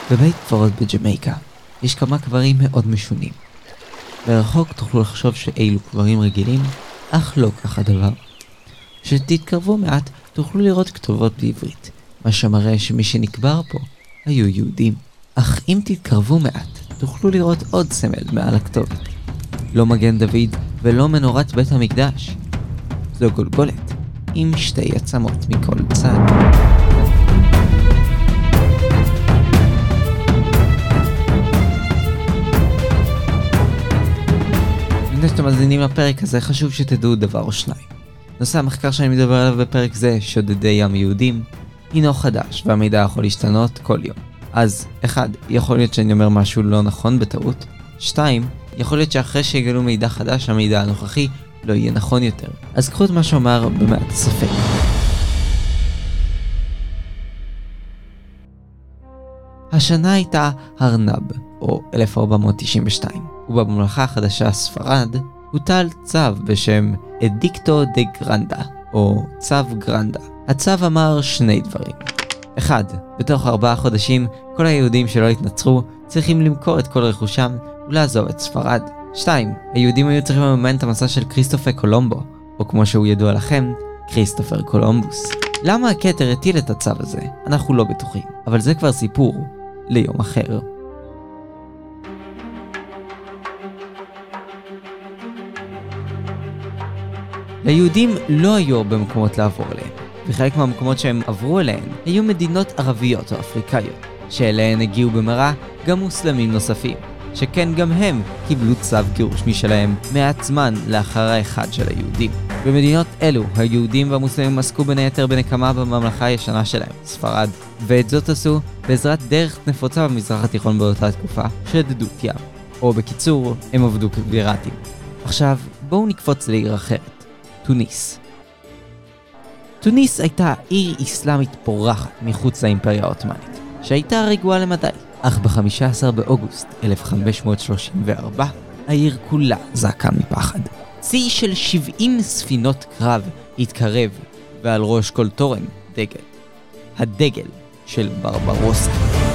בבית קברות בג'מייקה יש כמה קברים מאוד משונים. מרחוק תוכלו לחשוב שאלו קברים רגילים, אך לא כך הדבר. כשתתקרבו מעט תוכלו לראות כתובות בעברית, מה שמראה שמי שנקבר פה היו יהודים. אך אם תתקרבו מעט תוכלו לראות עוד סמל מעל הכתובת. לא מגן דוד ולא מנורת בית המקדש. זו גולגולת עם שתי עצמות מכל צד. לפני שאתם מאזינים לפרק הזה חשוב שתדעו דבר או שניים. נושא המחקר שאני מדבר עליו בפרק זה, שודדי ים יהודים, הינו חדש והמידע יכול להשתנות כל יום. אז 1. יכול להיות שאני אומר משהו לא נכון בטעות. 2. יכול להיות שאחרי שיגלו מידע חדש המידע הנוכחי לא יהיה נכון יותר. אז קחו את מה שאומר במעט ספק. השנה הייתה הרנב, או 1492, ובממלכה החדשה ספרד הוטל צו בשם אדיקטו דה גרנדה, או צו גרנדה. הצו אמר שני דברים. 1. בתוך 4 חודשים כל היהודים שלא התנצרו צריכים למכור את כל רכושם ולעזוב את ספרד. 2. היהודים היו צריכים לממן את המסע של כריסטופר קולומבו, או כמו שהוא ידוע לכם, כריסטופר קולומבוס. למה הכתר הטיל את הצו הזה? אנחנו לא בטוחים, אבל זה כבר סיפור ליום אחר. ליהודים לא היו הרבה מקומות לעבור אליהם, וחלק מהמקומות שהם עברו אליהן היו מדינות ערביות או אפריקאיות, שאליהן הגיעו במהרה גם מוסלמים נוספים, שכן גם הם קיבלו צו גירוש משלהם מעט זמן לאחר האחד של היהודים. במדינות אלו היהודים והמוסלמים עסקו בין היתר בנקמה בממלכה הישנה שלהם, ספרד, ואת זאת עשו בעזרת דרך נפוצה במזרח התיכון באותה תקופה, שדדות ים, או בקיצור הם עבדו כפיראטים. עכשיו בואו נקפוץ לעיר אחרת, טוניס. טוניס הייתה עיר איסלאמית פורחת מחוץ לאימפריה העות'מאנית, שהייתה רגועה למדי. אך ב-15 באוגוסט 1534 העיר כולה זעקה מפחד. צי של 70 ספינות קרב התקרב, ועל ראש כל תורן דגל. הדגל של ברברוסה.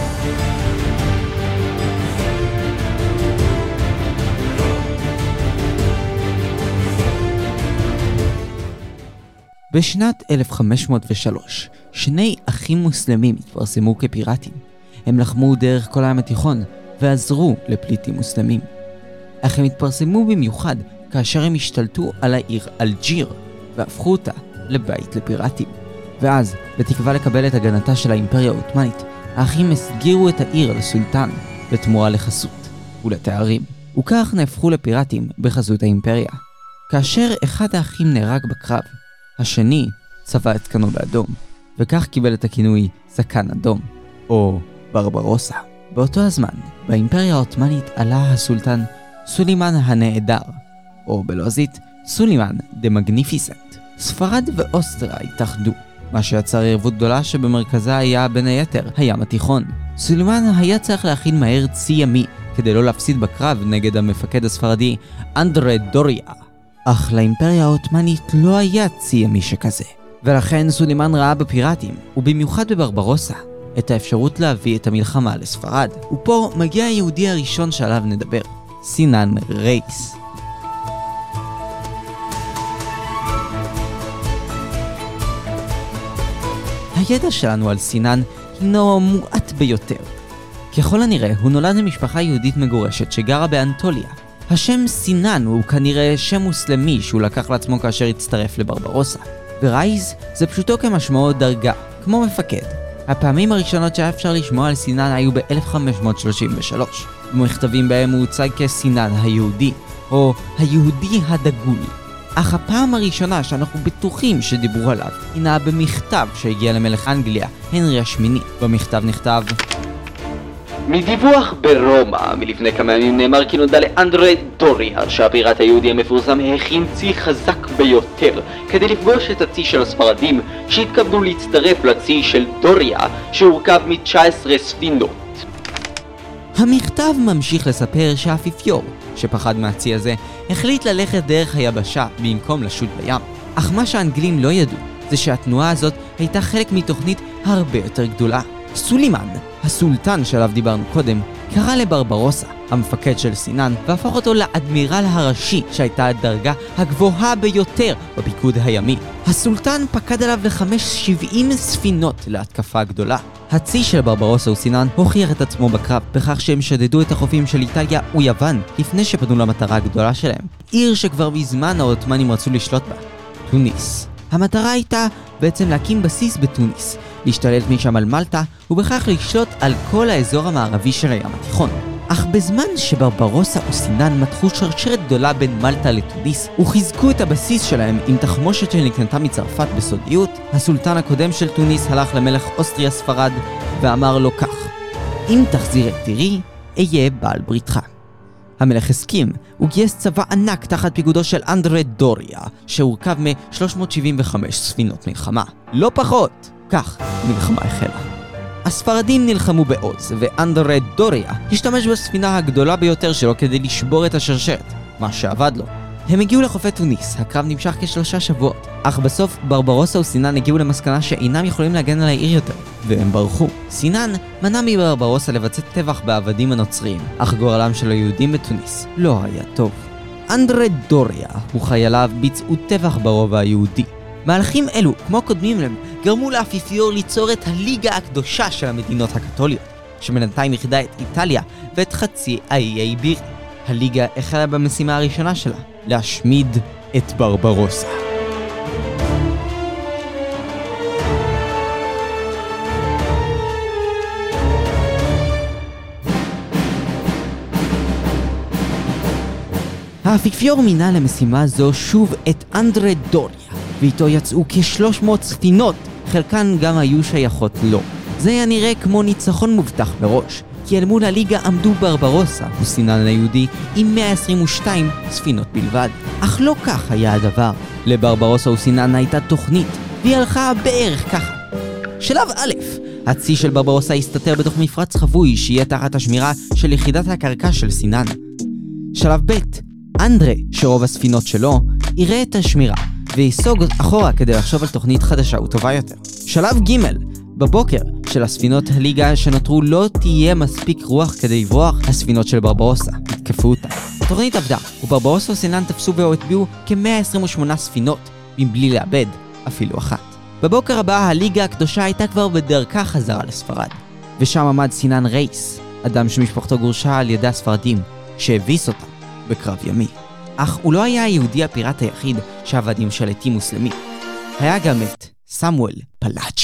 בשנת 1503 שני אחים מוסלמים התפרסמו כפיראטים. הם לחמו דרך כל הים התיכון ועזרו לפליטים מוסלמים. אך הם התפרסמו במיוחד כאשר הם השתלטו על העיר אלג'יר והפכו אותה לבית לפיראטים. ואז, בתקווה לקבל את הגנתה של האימפריה העות'מאנית, האחים הסגירו את העיר לסולטן בתמורה לחסות ולתארים. וכך נהפכו לפיראטים בחסות האימפריה. כאשר אחד האחים נהרג בקרב, השני צבע את זקנו באדום, וכך קיבל את הכינוי זקן אדום, או ברברוסה. באותו הזמן, באימפריה העות'מאנית עלה הסולטן סולימן הנהדר, או בלועזית סולימן דה מגניפיסנט. ספרד ואוסטריה התאחדו, מה שיצר ערבות גדולה שבמרכזה היה בין היתר הים התיכון. סולימן היה צריך להכין מהר צי ימי כדי לא להפסיד בקרב נגד המפקד הספרדי אנדרה דוריה. אך לאימפריה העות'מאנית לא היה צי ימי שכזה, ולכן סולימן ראה בפיראטים, ובמיוחד בברברוסה, את האפשרות להביא את המלחמה לספרד. ופה מגיע היהודי הראשון שעליו נדבר, סינן רייס. הידע שלנו על סינן הינו מועט ביותר. ככל הנראה הוא נולד למשפחה יהודית מגורשת שגרה באנטוליה. השם סינן הוא כנראה שם מוסלמי שהוא לקח לעצמו כאשר הצטרף לברברוסה. ורייס זה פשוטו כמשמעו דרגה, כמו מפקד. הפעמים הראשונות שהיה אפשר לשמוע על סינן היו ב-1533, במכתבים בהם הוא הוצג כסינן היהודי, או היהודי הדגול. אך הפעם הראשונה שאנחנו בטוחים שדיברו עליו, הינה במכתב שהגיע למלך אנגליה, הנרי השמיני. במכתב נכתב: מדיווח ברומא מלפני כמה ימים נאמר כי נודע לאנדרה דוריה שהפיראט היהודי המפורסם הכין צי חזק ביותר כדי לפגוש את הצי של הספרדים שהתכוונו להצטרף לצי של דוריה שהורכב מ-19 ספינות. המכתב ממשיך לספר שהאפיפיור, שפחד מהצי הזה, החליט ללכת דרך היבשה במקום לשוט בים. אך מה שהאנגלים לא ידעו זה שהתנועה הזאת הייתה חלק מתוכנית הרבה יותר גדולה. סולימן הסולטן שעליו דיברנו קודם קרא לברברוסה, המפקד של סינן, והפך אותו לאדמירל הראשי, שהייתה הדרגה הגבוהה ביותר בפיקוד הימי. הסולטן פקד עליו ל70 ספינות להתקפה גדולה. הצי של ברברוסה וסינן הוכיח את עצמו בקרב בכך שהם שדדו את החופים של איטליה ויוון לפני שפנו למטרה הגדולה שלהם, עיר שכבר מזמן העות'מאנים רצו לשלוט בה, טוניס. המטרה הייתה בעצם להקים בסיס בטוניס, להשתלט משם על מלטה ובכך לשלוט על כל האזור המערבי של הים התיכון. אך בזמן שברברוסה וסינן מתחו שרשרת גדולה בין מלטה לטוניס וחיזקו את הבסיס שלהם עם תחמושת שנקנתה מצרפת בסודיות, הסולטן הקודם של טוניס הלך למלך אוסטריה ספרד ואמר לו כך: אם תחזיר את טירי, אהיה בעל בריתך. המלך הסכים, הוא גייס צבא ענק תחת פיקודו של אנדרה דוריה, שהורכב מ-375 ספינות מלחמה. לא פחות! כך המלחמה החלה. הספרדים נלחמו בעוז, ואנדרה דוריה השתמש בספינה הגדולה ביותר שלו כדי לשבור את השרשרת, מה שעבד לו. הם הגיעו לחופי טוניס, הקרב נמשך כ3 שבועות, אך בסוף ברברוסה וסינן הגיעו למסקנה שאינם יכולים להגן על העיר יותר, והם ברחו. סינן מנע מברברוסה לבצע טבח בעבדים הנוצריים, אך גורלם של היהודים בטוניס לא היה טוב. אנדרה דוריה וחייליו ביצעו טבח ברובע היהודי. מהלכים אלו, כמו קודמים להם, גרמו לאפיפיור ליצור את הליגה הקדושה של המדינות הקתוליות, שבינתיים יחידה את איטליה ואת חצי האי האיברי. הליגה החלה במשימה הראשונה שלה, להשמיד את ברברוסה. האפיפיור מינה למשימה זו שוב את אנדרה דוריה, ואיתו יצאו כ300 ספינות, חלקן גם היו שייכות לו. זה היה נראה כמו ניצחון מובטח בראש, כי אל מול הליגה עמדו ברברוסה וסינן היהודי עם 122 ספינות בלבד. אך לא כך היה הדבר. לברברוסה וסינן הייתה תוכנית, והיא הלכה בערך ככה. שלב א', הצי של ברברוסה הסתתר בתוך מפרץ חבוי שיהיה תחת השמירה של יחידת הקרקע של סינן. שלב ב', אנדרה, שרוב הספינות שלו, יראה את השמירה ויסוג אחורה כדי לחשוב על תוכנית חדשה וטובה יותר. שלב ג', בבוקר של הספינות הליגה שנותרו לא תהיה מספיק רוח כדי לברוח, הספינות של ברברוסה התקפו אותה. התוכנית עבדה, וברברוסה וסינן תפסו והטביעו כ128 ספינות, מבלי לאבד אפילו אחת. בבוקר הבא הליגה הקדושה הייתה כבר בדרכה חזרה לספרד, ושם עמד סינן רייס, אדם שמשפחתו גורשה על ידי הספרדים, שהביס אותם בקרב ימי. אך הוא לא היה היהודי הפיראט היחיד שעבד עם שליטים מוסלמים. היה גם את סמואל פלאצ'י.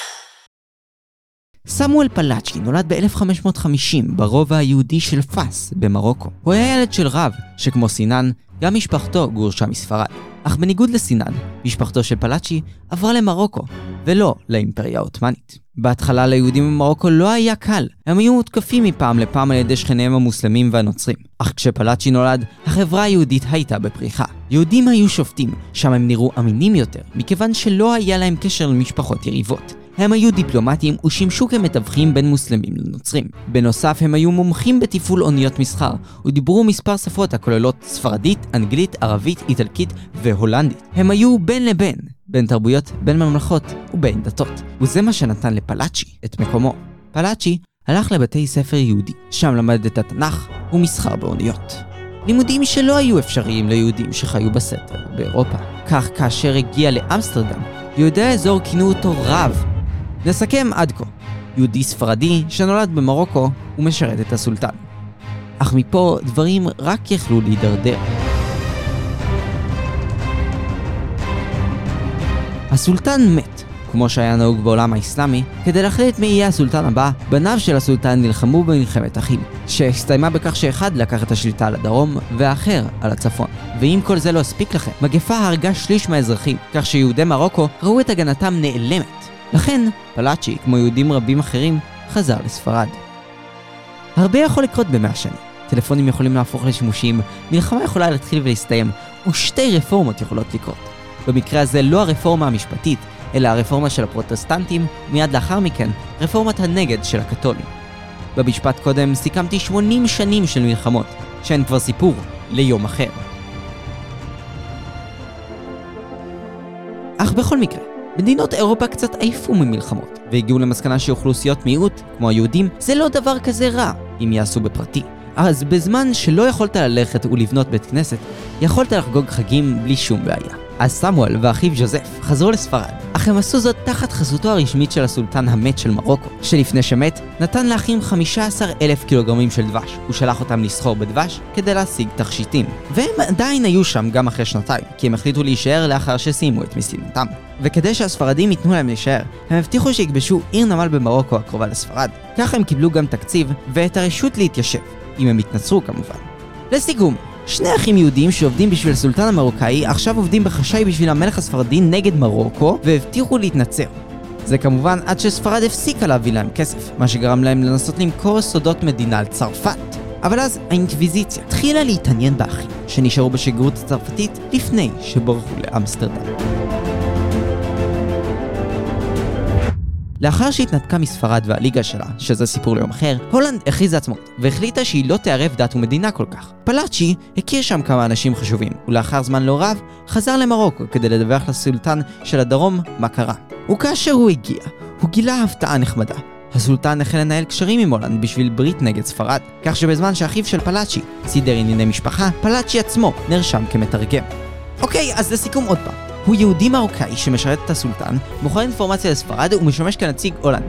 סמואל פלאצ'י נולד ב-1550 ברובע היהודי של פאס במרוקו. הוא היה ילד של רב, שכמו סינן, גם משפחתו גורשה מספרד. אך בניגוד לסינן, משפחתו של פלאצ'י עברה למרוקו, ולא לאימפריה העות'מאנית. בהתחלה ליהודים במרוקו לא היה קל, הם היו מותקפים מפעם לפעם על ידי שכניהם המוסלמים והנוצרים. אך כשפלאצ'י נולד, החברה היהודית הייתה בפריחה. יהודים היו שופטים, שם הם נראו אמינים יותר, מכיוון שלא היה להם קשר למשפחות יריבות. הם היו דיפלומטיים ושימשו כמתווכים בין מוסלמים לנוצרים. בנוסף, הם היו מומחים בתפעול אוניות מסחר, ודיברו מספר שפות הכוללות ספרדית, אנגלית, ערבית, איטלקית והולנדית. הם היו בין לבין, בין תרבויות, בין ממלכות ובין דתות. וזה מה שנתן לפלאצ'י את מקומו. פלאצ'י הלך לבתי ספר יהודי, שם למד את התנ"ך ומסחר באוניות. לימודים שלא היו אפשריים ליהודים שחיו בסתר באירופה. כך כאשר הגיע לאמסטרדם, יהודי האזור כינו אותו רב. נסכם עד כה, יהודי ספרדי שנולד במרוקו ומשרת את הסולטן. אך מפה דברים רק יכלו להידרדר. הסולטן מת, כמו שהיה נהוג בעולם האסלאמי. כדי להחליט מי יהיה הסולטן הבא, בניו של הסולטן נלחמו במלחמת אחים, שהסתיימה בכך שאחד לקח את השליטה על הדרום והאחר על הצפון. ואם כל זה לא הספיק לכם, מגפה הרגה שליש מהאזרחים, כך שיהודי מרוקו ראו את הגנתם נעלמת. לכן, פלאצ'י, כמו יהודים רבים אחרים, חזר לספרד. הרבה יכול לקרות ב100 שנים. טלפונים יכולים להפוך לשימושים, מלחמה יכולה להתחיל ולהסתיים, ושתי רפורמות יכולות לקרות. במקרה הזה לא הרפורמה המשפטית, אלא הרפורמה של הפרוטסטנטים, מיד לאחר מכן, רפורמת הנגד של הקתולים. במשפט קודם סיכמתי 80 שנים של מלחמות, שהן כבר סיפור ליום אחר. אך בכל מקרה, מדינות אירופה קצת עייפו ממלחמות, והגיעו למסקנה שאוכלוסיות מיעוט, כמו היהודים, זה לא דבר כזה רע, אם יעשו בפרטי. אז בזמן שלא יכולת ללכת ולבנות בית כנסת, יכולת לחגוג חגים בלי שום בעיה. אז סמואל ואחיו ג'וזף חזרו לספרד, אך הם עשו זאת תחת חסותו הרשמית של הסולטן המת של מרוקו, שלפני שמת נתן לאחים 15,000 קילוגרמים של דבש. הוא שלח אותם לסחור בדבש כדי להשיג תכשיטים. והם עדיין היו שם גם אחרי שנתיים, כי הם החליטו להישאר לאחר שסיימו את משימתם. וכדי שהספרדים ייתנו להם להישאר, הם הבטיחו שיכבשו עיר נמל במרוקו הקרובה לספרד. כך הם קיבלו גם תקציב ואת הרשות להתיישב, אם הם התנצרו כמובן. לסיכום, שני אחים יהודים שעובדים בשביל הסולטן המרוקאי עכשיו עובדים בחשאי בשביל המלך הספרדי נגד מרוקו והבטיחו להתנצר. זה כמובן עד שספרד הפסיקה להביא להם כסף, מה שגרם להם לנסות למכור סודות מדינה לצרפת. אבל אז האינקוויזיציה התחילה להתעניין באחים שנשארו בשגרירות הצרפתית לפני שברחו לאמסטרדם. לאחר שהתנתקה מספרד והליגה שלה, שזה סיפור ליום אחר, הולנד הכריזה עצמאות והחליטה שהיא לא תערב דת ומדינה כל כך. פלאצ'י הכיר שם כמה אנשים חשובים, ולאחר זמן לא רב חזר למרוקו כדי לדווח לסולטן של הדרום מה קרה. וכאשר הוא הגיע, הוא גילה הפתעה נחמדה. הסולטן החל לנהל קשרים עם הולנד בשביל ברית נגד ספרד, כך שבזמן שאחיו של פלאצ'י סידר ענייני משפחה, פלאצ'י עצמו נרשם כמתרגם. אוקיי, אז לסיכום עוד פעם. הוא יהודי מרוקאי שמשרת את הסולטן, מוכר אינפורמציה לספרד ומשמש כנציג הולנד.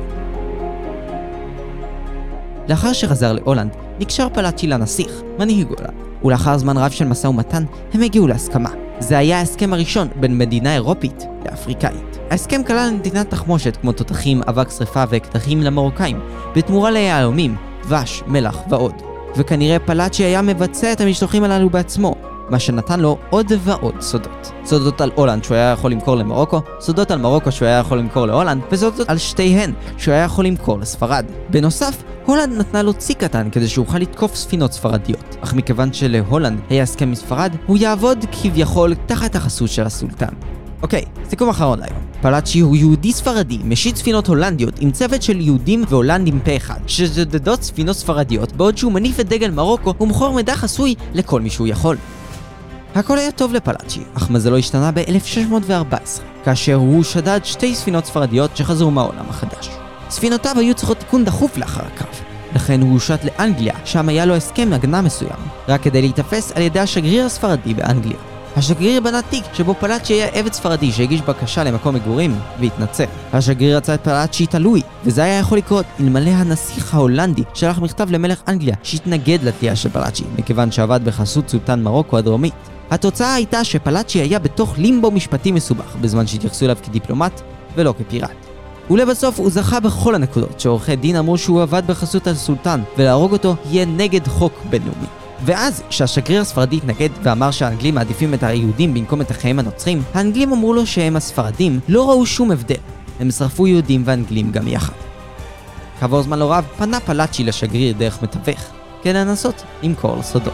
לאחר שחזר להולנד, נקשר פלאצ'י לנסיך, מנהיג הולנד. ולאחר זמן רב של משא ומתן, הם הגיעו להסכמה. זה היה ההסכם הראשון בין מדינה אירופית לאפריקאית. ההסכם כלל נתינת תחמושת כמו תותחים, אבק שריפה ואקדחים למרוקאים, בתמורה ליהלומים, דבש, מלח ועוד. וכנראה פלאצ'י היה מבצע את המשלוחים הללו בעצמו, מה שנתן לו עוד ועוד סודות. סודות על הולנד שהוא היה יכול למכור למרוקו, סודות על מרוקו שהוא היה יכול למכור להולנד, וסודות על שתיהן שהוא היה יכול למכור לספרד. בנוסף, הולנד נתנה לו צי קטן כדי שאוכל לתקוף ספינות ספרדיות. אך מכיוון שלהולנד היה הסכם עם ספרד, הוא יעבוד כביכול תחת החסות של הסולטן. אוקיי, סיכום אחרון להיום. פלאצ'י הוא יהודי ספרדי, משיט ספינות הולנדיות עם צוות של יהודים והולנדים פה אחד, שזודדות ספינות ספרדיות, בעוד שהוא מניף את דגל מרוקו ומוכר מידע חסוי לכל מי שהוא יכול. הכל היה טוב לפלאצ'י, אך מזלו השתנה ב-1614, כאשר הוא שדד שתי ספינות ספרדיות שחזרו מהעולם החדש. ספינותיו היו צריכות תיקון דחוף לאחר הקרב, לכן הוא הושט לאנגליה, שם היה לו הסכם הגנה מסוים, רק כדי להתאפס על ידי השגריר הספרדי באנגליה. השגריר בנה תיק שבו פלאצ'י היה עבד ספרדי שהגיש בקשה למקום מגורים והתנצל. השגריר רצה את פלאצ'י תלוי, וזה היה יכול לקרות אלמלא הנסיך ההולנדי שלח מכתב למלך אנגליה שהתנגד לתלייה של פלאצ'י, מכיוון שעבד בחסות סולטן מרוקו הדרומית. התוצאה הייתה שפלאצ'י היה בתוך לימבו משפטי מסובך, בזמן שהתייחסו אליו כדיפלומט ולא כפיראט. ולבסוף הוא זכה בכל הנקודות שעורכי דין אמרו שהוא עבד בחסות הסולטן, ולהרוג אותו יהיה נגד חוק בינלאומי. ואז, כשהשגריר הספרדי התנגד ואמר שהאנגלים מעדיפים את היהודים במקום את אחיהם הנוצרים, האנגלים אמרו לו שהם הספרדים לא ראו שום הבדל. הם שרפו יהודים ואנגלים גם יחד. כעבור זמן לא רב, פנה פלאצ'י לשגריר דרך מתווך, כדי לנסות למכור לו סודות.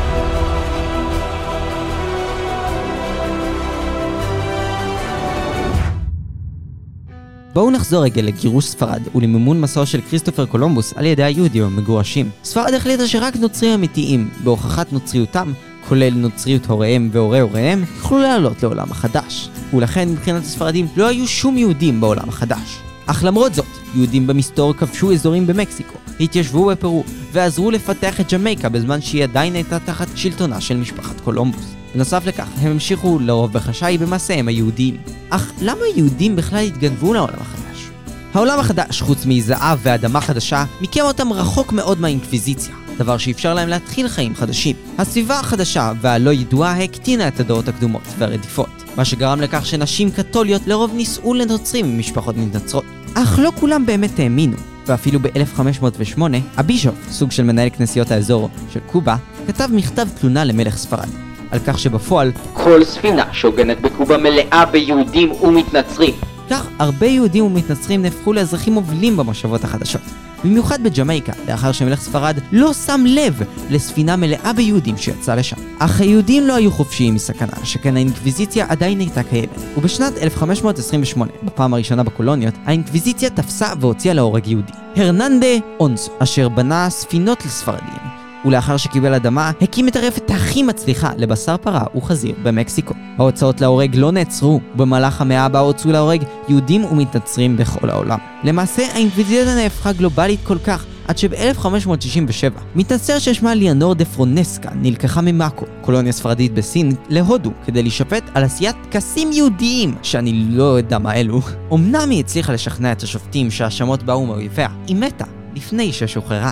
בואו נחזור רגע לגירוש ספרד ולמימון מסעו של כריסטופר קולומבוס על ידי היהודים המגורשים. ספרד החליטה שרק נוצרים אמיתיים, בהוכחת נוצריותם, כולל נוצריות הוריהם והורי הוריהם, יוכלו לעלות לעולם החדש. ולכן מבחינת הספרדים לא היו שום יהודים בעולם החדש. אך למרות זאת, יהודים במסתור כבשו אזורים במקסיקו, התיישבו בפרו ועזרו לפתח את ג'מייקה בזמן שהיא עדיין הייתה תחת שלטונה של משפחת קולומבוס. בנוסף לכך, הם המשיכו לרוב בחשאי במעשיהם היהודיים. אך למה היהודים בכלל התגנבו לעולם החדש? העולם החדש, חוץ מזהב ואדמה חדשה, מיקם אותם רחוק מאוד מהאינקוויזיציה, דבר שאפשר להם להתחיל חיים חדשים. הסביבה החדשה והלא ידועה הקטינה את הדורות הקדומות והרדיפות, מה שגרם לכך שנשים קתוליות לרוב נישאו לנוצרים ממשפחות מתנצרות. אך לא כולם באמת האמינו, ואפילו ב-1508, הבישוף, סוג של מנהל כנסיות האזור של קובה, כתב מכתב תלונה למלך ספרד, על כך שבפועל כל ספינה שוגנת בקובה מלאה ביהודים ומתנצרים. כך הרבה יהודים ומתנצרים נהפכו לאזרחים מובילים במושבות החדשות, במיוחד בג'מייקה, לאחר שמלך ספרד לא שם לב לספינה מלאה ביהודים שיצא לשם. אך היהודים לא היו חופשיים מסכנה, שכן האינקוויזיציה עדיין הייתה קיימת. ובשנת 1528, בפעם הראשונה בקולוניות, האינקוויזיציה תפסה והוציאה להורג יהודי, הרננדה אונסו, אשר בנה ספינות לספרדים, ולאחר שקיבל אדמה, הקים את הרפת הכי מצליחה לבשר פרה וחזיר במקסיקו. ההוצאות להורג לא נעצרו, ובמהלך המאה הבאה הוצאו להורג יהודים ומתנצרים בכל העולם. למעשה, האינקוויזיציה נהפכה גלובלית כל כך, עד שב-1567 מתנצר ששמה ליאנור דה פרונסקה נלקחה ממאקו, קולוניה ספרדית בסין, להודו כדי להישפט על עשיית טקסים יהודיים שאני לא יודע מה אלו. אמנם היא הצליחה לשכנע את השופטים שהאשמות באו מאויביה, היא מתה לפני ששוחררה.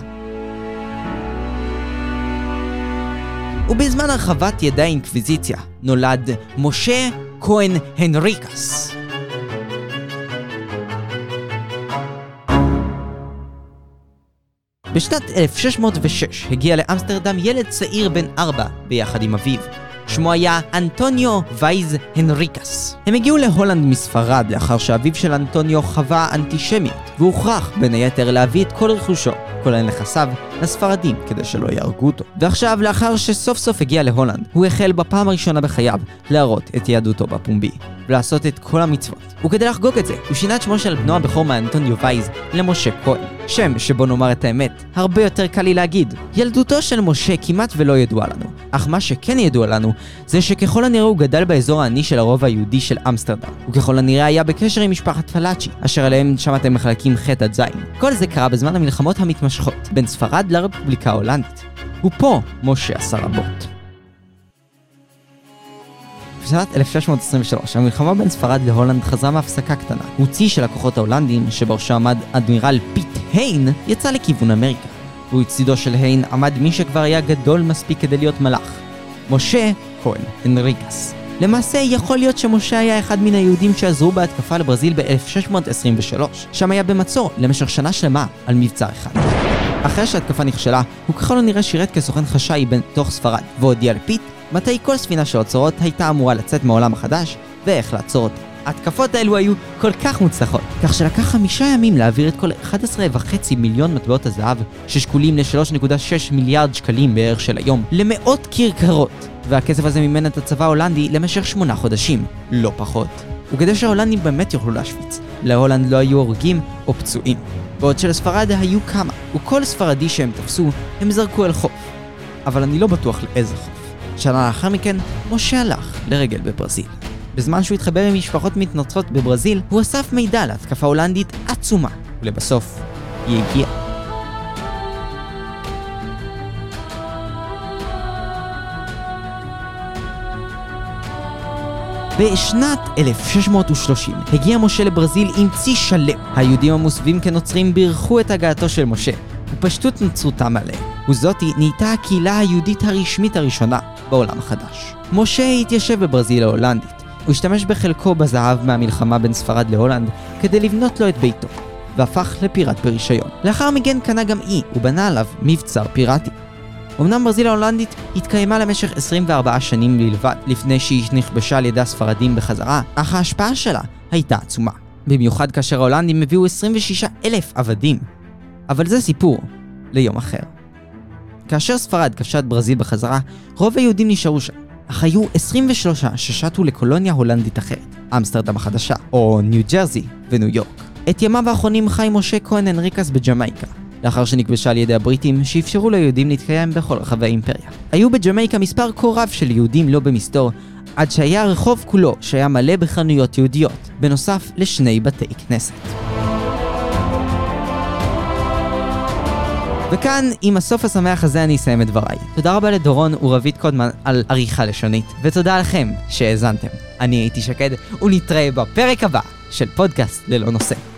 ובזמן הרחבת ידי האינקוויזיציה נולד משה כהן הנריקס. בשנת 1606 הגיע לאמסטרדם ילד צעיר בן 4 ביחד עם אביו. שמו היה אנטוניו וייז הנריקס. הם הגיעו להולנד מספרד לאחר שאביו של אנטוניו חווה אנטישמיות, והוכרח בין היתר להביא את כל רכושו, כולל נכסיו, לספרדים כדי שלא יהרגו אותו. ועכשיו, לאחר שסוף סוף הגיע להולנד, הוא החל בפעם הראשונה בחייו להראות את יהדותו בפומבי ולעשות את כל המצוות. וכדי לחגוג את זה, הוא שינה את שמו של בנו הבכור מאנטוניו וייז למשה כהן. שם שבו נאמר את האמת, הרבה יותר קל לי להגיד. ילדותו של משה כמעט ולא ידוע לנו, אך מה שכן ידוע לנו זה שככל הנראה הוא גדל באזור העני של הרוב היהודי של אמסטרדם, וככל הנראה היה בקשר עם משפחת פלאצ'י, אשר עליהם שמעתם מחלקים ח' עד ז'. כל זה קרה בזמן המלחמות המתמשכות בין ספרד לרפובליקה ההולנדית, ופה משה עשה רבות. בשנת 1623, המלחמה בין ספרד להולנד חזרה מהפסקה קטנה. צי של הכוחות ההולנדים, שבראשו עמד אדמירל פיט היין, יצא לכיוון אמריקה. ולצידו של היין עמד מי שכבר היה גדול מספיק כדי להיות מלאך, משה כהן הנריקס. למעשה, יכול להיות שמשה היה אחד מן היהודים שעזרו בהתקפה לברזיל ב-1623, שם היה במצור למשך שנה שלמה על מבצע אחד. אחרי שההתקפה נכשלה, הוא ככל הנראה שירת כסוכן חשאי בתוך ספרד, והודיע לפיט מתי כל ספינה של אוצרות הייתה אמורה לצאת מהעולם החדש, ואיך לעצור אותה. ההתקפות האלו היו כל כך מוצלחות, כך שלקח 5 ימים להעביר את כל 11.5 מיליון מטבעות הזהב, ששקולים ל-3.6 מיליארד שקלים בערך של היום, למאות כרכרות, והכסף הזה מימן את הצבא ההולנדי למשך 8 חודשים, לא פחות. וכדי שההולנדים באמת יוכלו להשוויץ, להולנד לא היו הורגים או פצועים. בעוד שלספרד היו כמה, וכל ספרדי שהם תפסו, הם זרקו אל חוף. אבל אני לא בטוח לאיזה חוף. שנה לאחר מכן, משה הלך לרגל בברזיל. בזמן שהוא התחבר עם משפחות מתנוצרות בברזיל, הוא אסף מידע על התקפה הולנדית עצומה, ולבסוף היא הגיעה. בשנת 1630 הגיע משה לברזיל עם צי שלם. היהודים המוסווים כנוצרים בירכו את הגעתו של משה, ופשטות נצרותם עליהם. וזאתי נהייתה הקהילה היהודית הרשמית הראשונה בעולם החדש. משה התיישב בברזיל ההולנדית. הוא השתמש בחלקו בזהב מהמלחמה בין ספרד להולנד כדי לבנות לו את ביתו, והפך לפיראט ברישיון. לאחר מכן קנה גם ובנה עליו מבצר פיראטי. אמנם ברזיל ההולנדית התקיימה למשך 24 שנים בלבד לפני שהיא נכבשה על ידי הספרדים בחזרה, אך ההשפעה שלה הייתה עצומה. במיוחד כאשר ההולנדים הביאו 26,000 עבדים. אבל זה סיפור ליום אחר. כאשר ספרד כבשה את ברזיל בחזרה, רוב היהודים נשארו שם, אך היו 23 ששטו לקולוניה הולנדית אחרת, אמסטרדם החדשה, או ניו ג'רזי וניו יורק. את ימיו האחרונים חי משה כהן הנריקס בג'מייקה, לאחר שנכבשה על ידי הבריטים שאפשרו ליהודים להתקיים בכל רחבי האימפריה. היו בג'מייקה מספר כה רב של יהודים לא במסתור, עד שהיה הרחוב כולו שהיה מלא בחנויות יהודיות, בנוסף ל2 בתי כנסת. וכאן, עם הסוף השמח הזה אני אסיים את דבריי. תודה רבה לדורון ורבית קודמן על עריכה לשונית, ותודה לכם שהאזנתם. אני הייתי שקד, ונתראה בפרק הבא של פודקאסט ללא נושא.